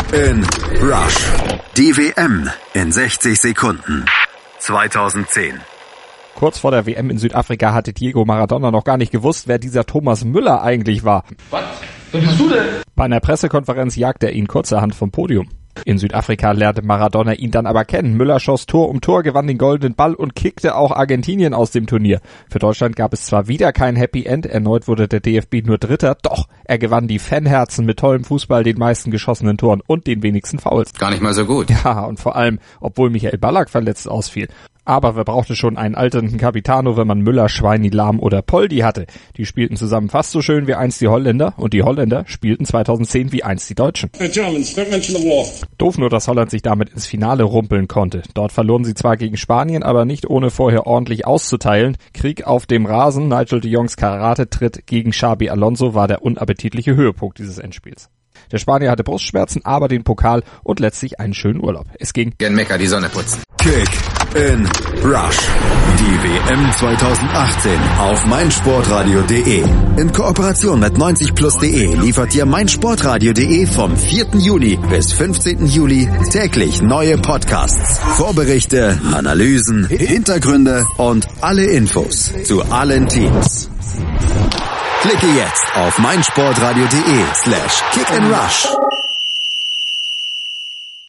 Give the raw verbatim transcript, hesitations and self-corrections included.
in Rush. Die W M in sechzig Sekunden. zweitausendzehn. Kurz vor der W M in Südafrika hatte Diego Maradona noch gar nicht gewusst, wer dieser Thomas Müller eigentlich war. Was? Wer bist du denn? Bei einer Pressekonferenz jagte er ihn kurzerhand vom Podium. In Südafrika lernte Maradona ihn dann aber kennen. Müller schoss Tor um Tor, gewann den goldenen Ball und kickte auch Argentinien aus dem Turnier. Für Deutschland gab es zwar wieder kein Happy End, erneut wurde der D F B nur Dritter, doch er gewann die Fanherzen mit tollem Fußball, den meisten geschossenen Toren und den wenigsten Fouls. Gar nicht mal so gut. Ja, und vor allem, obwohl Michael Ballack verletzt ausfiel. Aber wer brauchte schon einen alternden Capitano, wenn man Müller, Schweini, Lahm oder Poldi hatte? Die spielten zusammen fast so schön wie einst die Holländer und die Holländer spielten zweitausendzehn wie einst die Deutschen. Doof nur, dass Holland sich damit ins Finale rumpeln konnte. Dort verloren sie zwar gegen Spanien, aber nicht ohne vorher ordentlich auszuteilen. Krieg auf dem Rasen, Nigel de Jongs Karate-Tritt gegen Xabi Alonso war der unappetitliche Höhepunkt dieses Endspiels. Der Spanier hatte Brustschmerzen, aber den Pokal und letztlich einen schönen Urlaub. Es ging Gern Mekka die Sonne putzen. Kick in Rush. Die W M zweitausendachtzehn auf meinsportradio punkt de. In Kooperation mit neunzig plus punkt de liefert dir meinsportradio punkt de vom vierten Juni bis fünfzehnten Juli täglich neue Podcasts, Vorberichte, Analysen, Hintergründe und alle Infos zu allen Teams. Klicke jetzt auf meinsportradio punkt de slash kick and rush.